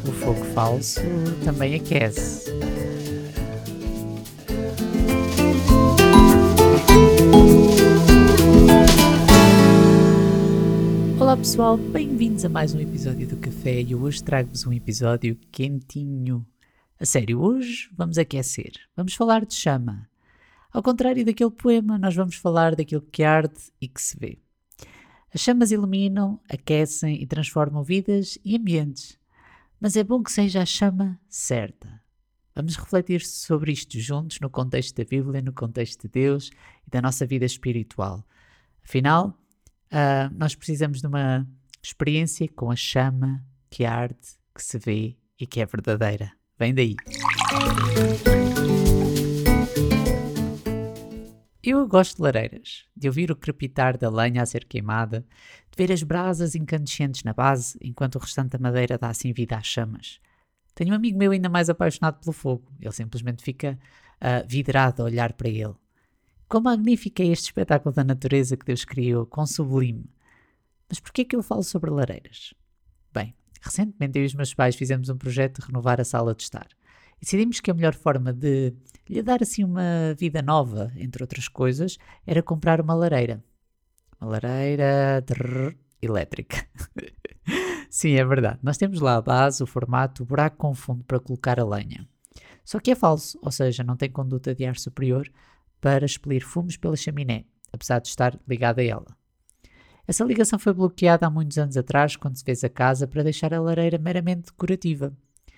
O fogo falso também aquece. Olá pessoal, bem-vindos a mais um episódio do Café e hoje trago-vos um episódio quentinho. A sério, hoje vamos aquecer, vamos falar de chama. Ao contrário daquele poema, nós vamos falar daquilo que arde e que se vê. As chamas iluminam, aquecem e transformam vidas e ambientes. Mas é bom que seja a chama certa. Vamos refletir sobre isto juntos no contexto da Bíblia, no contexto de Deus e da nossa vida espiritual. Afinal, nós precisamos de uma experiência com a chama que arde, que se vê e que é verdadeira. Vem daí! Eu gosto de lareiras, de ouvir o crepitar da lenha a ser queimada, de ver as brasas incandescentes na base, enquanto o restante da madeira dá assim vida às chamas. Tenho um amigo meu ainda mais apaixonado pelo fogo. Ele simplesmente fica vidrado a olhar para ele. Quão magnífico é este espetáculo da natureza que Deus criou, quão sublime. Mas porquê é que eu falo sobre lareiras? Bem, recentemente eu e os meus pais fizemos um projeto de renovar a sala de estar. E decidimos que a melhor forma de lhe dar assim uma vida nova, entre outras coisas, era comprar uma lareira. Uma lareira elétrica. Sim, é verdade. Nós temos lá a base, o formato, o buraco com fundo para colocar a lenha. Só que é falso, ou seja, não tem conduta de ar superior para expelir fumos pela chaminé, apesar de estar ligada a ela. Essa ligação foi bloqueada há muitos anos atrás, quando se fez a casa, para deixar a lareira meramente decorativa.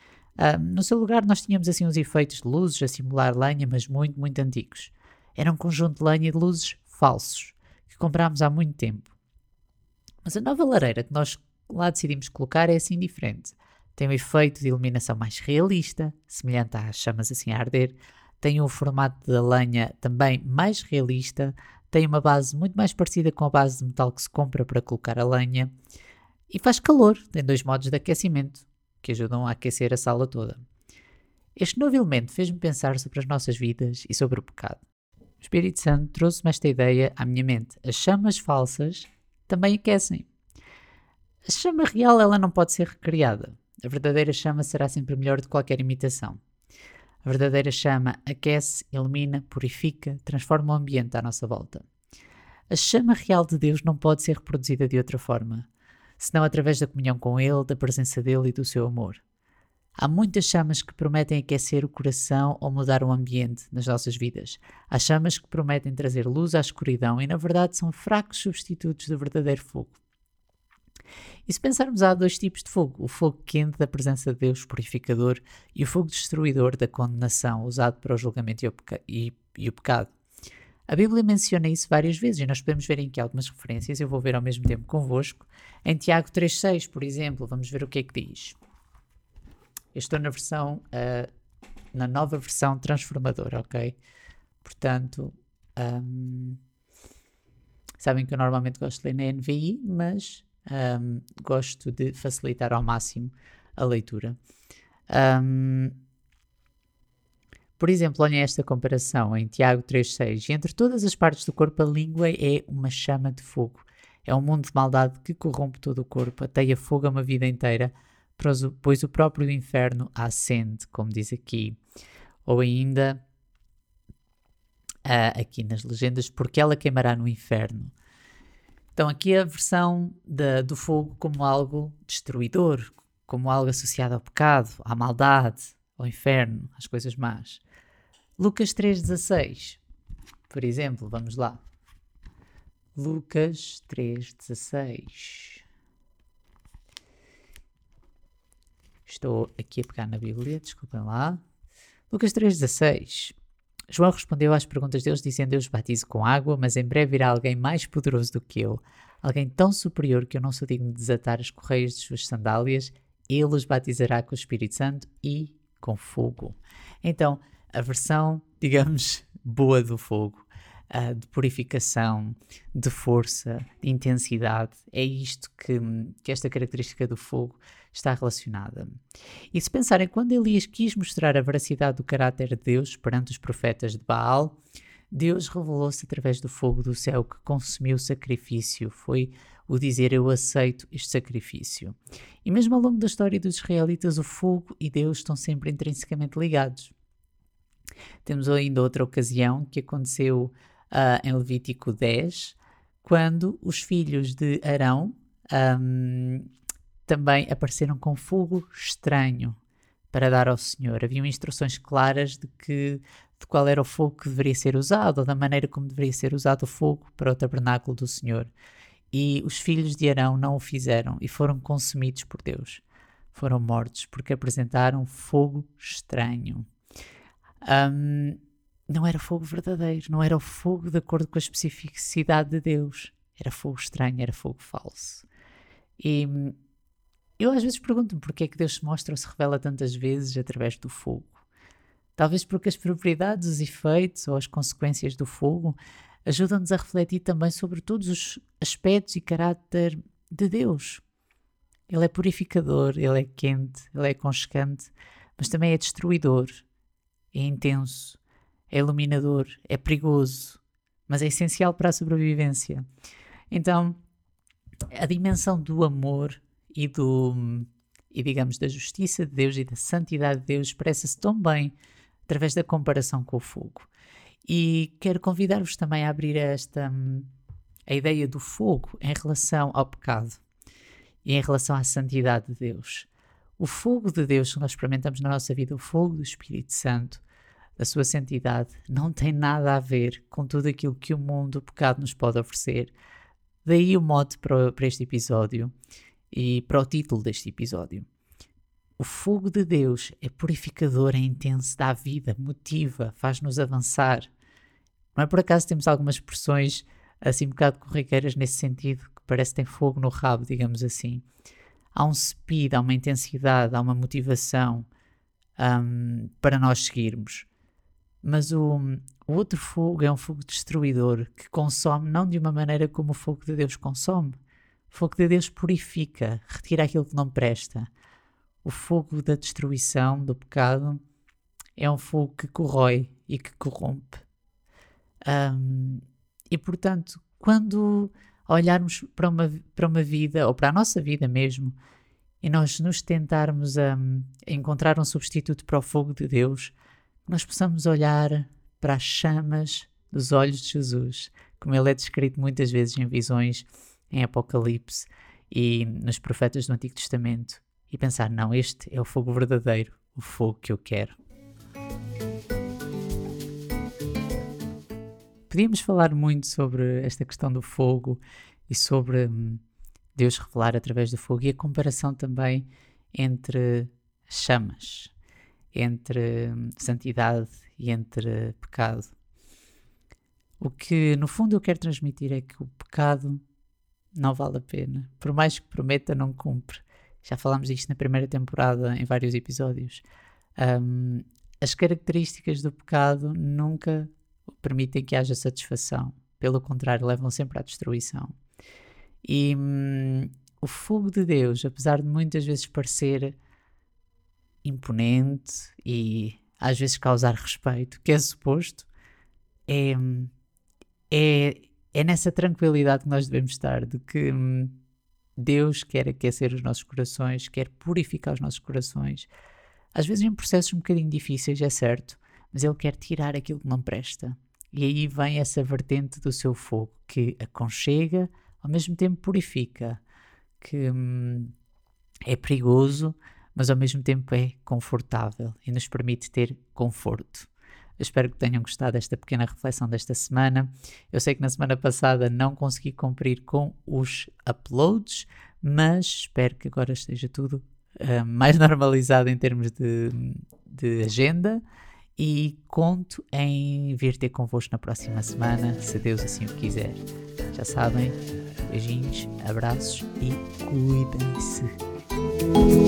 No seu lugar nós tínhamos assim uns efeitos de luzes a simular lenha, mas muito, muito antigos. Era um conjunto de lenha e de luzes falsos, que comprámos há muito tempo. Mas a nova lareira que nós lá decidimos colocar é assim diferente. Tem um efeito de iluminação mais realista, semelhante às chamas assim a arder. Tem um formato da lenha também mais realista. Tem uma base muito mais parecida com a base de metal que se compra para colocar a lenha. E faz calor, tem 2 modos de aquecimento, que ajudam a aquecer a sala toda. Este novo elemento fez-me pensar sobre as nossas vidas e sobre o pecado. O Espírito Santo trouxe-me esta ideia à minha mente. As chamas falsas também aquecem. A chama real ela não pode ser recriada. A verdadeira chama será sempre melhor do que qualquer imitação. A verdadeira chama aquece, ilumina, purifica, transforma o ambiente à nossa volta. A chama real de Deus não pode ser reproduzida de outra forma, senão através da comunhão com Ele, da presença dEle e do seu amor. Há muitas chamas que prometem aquecer o coração ou mudar o ambiente nas nossas vidas. Há chamas que prometem trazer luz à escuridão e, na verdade, são fracos substitutos do verdadeiro fogo. E se pensarmos, há 2 tipos de fogo: o fogo quente da presença de Deus purificador e o fogo destruidor da condenação, usado para o julgamento e o pecado. A Bíblia menciona isso várias vezes e nós podemos ver aqui algumas referências. Eu vou ver ao mesmo tempo convosco. Em Tiago 3,6, por exemplo, vamos ver o que é que diz. Eu estou na nova versão transformadora, ok? Portanto, sabem que eu normalmente gosto de ler na NVI, mas gosto de facilitar ao máximo a leitura. Por exemplo, olhem esta comparação em Tiago 3,6. Entre todas as partes do corpo, a língua é uma chama de fogo. É um mundo de maldade que corrompe todo o corpo, ateia fogo a uma vida inteira, pois o próprio inferno a acende, como diz aqui. Ou ainda, aqui nas legendas, porque ela queimará no inferno. Então aqui a versão do fogo como algo destruidor, como algo associado ao pecado, à maldade, ao inferno, às coisas más. Lucas 3,16, por exemplo, vamos lá. Lucas 3,16. Estou aqui a pegar na Bíblia, desculpem lá. Lucas 3,16. João respondeu às perguntas deles, dizendo: eu os batizo com água, mas em breve virá alguém mais poderoso do que eu, alguém tão superior que eu não sou digno de desatar as correias de suas sandálias. Ele os batizará com o Espírito Santo e com fogo. Então, a versão, digamos, boa do fogo, de purificação, de força, de intensidade, é isto que esta característica do fogo está relacionada. E se pensarem, quando Elias quis mostrar a veracidade do caráter de Deus perante os profetas de Baal, Deus revelou-se através do fogo do céu que consumiu o sacrifício. Foi o dizer: eu aceito este sacrifício. E mesmo ao longo da história dos israelitas, o fogo e Deus estão sempre intrinsecamente ligados. Temos ainda outra ocasião que aconteceu em Levítico 10, quando os filhos de Arão também apareceram com fogo estranho para dar ao Senhor. Haviam instruções claras de qual era o fogo que deveria ser usado, ou da maneira como deveria ser usado o fogo para o tabernáculo do Senhor. E os filhos de Arão não o fizeram e foram consumidos por Deus. Foram mortos porque apresentaram fogo estranho. Não era fogo verdadeiro, não era o fogo de acordo com a especificidade de Deus. Era fogo estranho, era fogo falso. E eu às vezes pergunto-me porque é que Deus se mostra ou se revela tantas vezes através do fogo. Talvez porque as propriedades, os efeitos ou as consequências do fogo ajudam-nos a refletir também sobre todos os aspectos e caráter de Deus. Ele é purificador, ele é quente, ele é aconchegante, mas também é destruidor, é intenso, é iluminador, é perigoso, mas é essencial para a sobrevivência. Então, a dimensão do amor e digamos, da justiça de Deus e da santidade de Deus expressa-se tão bem através da comparação com o fogo. E quero convidar-vos também a abrir a ideia do fogo em relação ao pecado e em relação à santidade de Deus. O fogo de Deus que nós experimentamos na nossa vida, o fogo do Espírito Santo, da sua santidade, não tem nada a ver com tudo aquilo que o mundo, o pecado, nos pode oferecer. Daí o mote para este episódio e para o título deste episódio. O fogo de Deus é purificador, é intenso, dá vida, motiva, faz-nos avançar. Não é por acaso temos algumas expressões assim um bocado corriqueiras nesse sentido, que parece que tem fogo no rabo, digamos assim. Há um speed, há uma intensidade, há uma motivação para nós seguirmos. Mas o outro fogo é um fogo destruidor que consome não de uma maneira como o fogo de Deus consome. O fogo de Deus purifica, retira aquilo que não presta. O fogo da destruição, do pecado, é um fogo que corrói e que corrompe. E portanto, quando olharmos para uma vida, ou para a nossa vida mesmo, e nós nos tentarmos a encontrar um substituto para o fogo de Deus, nós possamos olhar para as chamas dos olhos de Jesus, como ele é descrito muitas vezes em visões, em Apocalipse e nos profetas do Antigo Testamento, e pensar, não, este é o fogo verdadeiro, o fogo que eu quero. Podíamos falar muito sobre esta questão do fogo e sobre Deus revelar através do fogo e a comparação também entre chamas, entre santidade e entre pecado. O que no fundo eu quero transmitir é que o pecado não vale a pena. Por mais que prometa, não cumpre. Já falámos disto na primeira temporada em vários episódios. As características do pecado nunca permitem que haja satisfação. Pelo contrário, levam sempre à destruição. E o fogo de Deus, apesar de muitas vezes parecer imponente e às vezes causar respeito, que é suposto, é nessa tranquilidade que nós devemos estar, de que Deus quer aquecer os nossos corações, quer purificar os nossos corações, às vezes em processos um bocadinho difíceis, é certo, mas Ele quer tirar aquilo que não presta. E aí vem essa vertente do seu fogo, que aconchega, ao mesmo tempo purifica, que é perigoso, mas ao mesmo tempo é confortável e nos permite ter conforto. Eu espero que tenham gostado desta pequena reflexão desta semana. Eu sei que na semana passada não consegui cumprir com os uploads, mas espero que agora esteja tudo mais normalizado em termos de agenda e conto em vir ter convosco na próxima semana, se Deus assim o quiser. Já sabem, beijinhos, abraços e cuidem-se.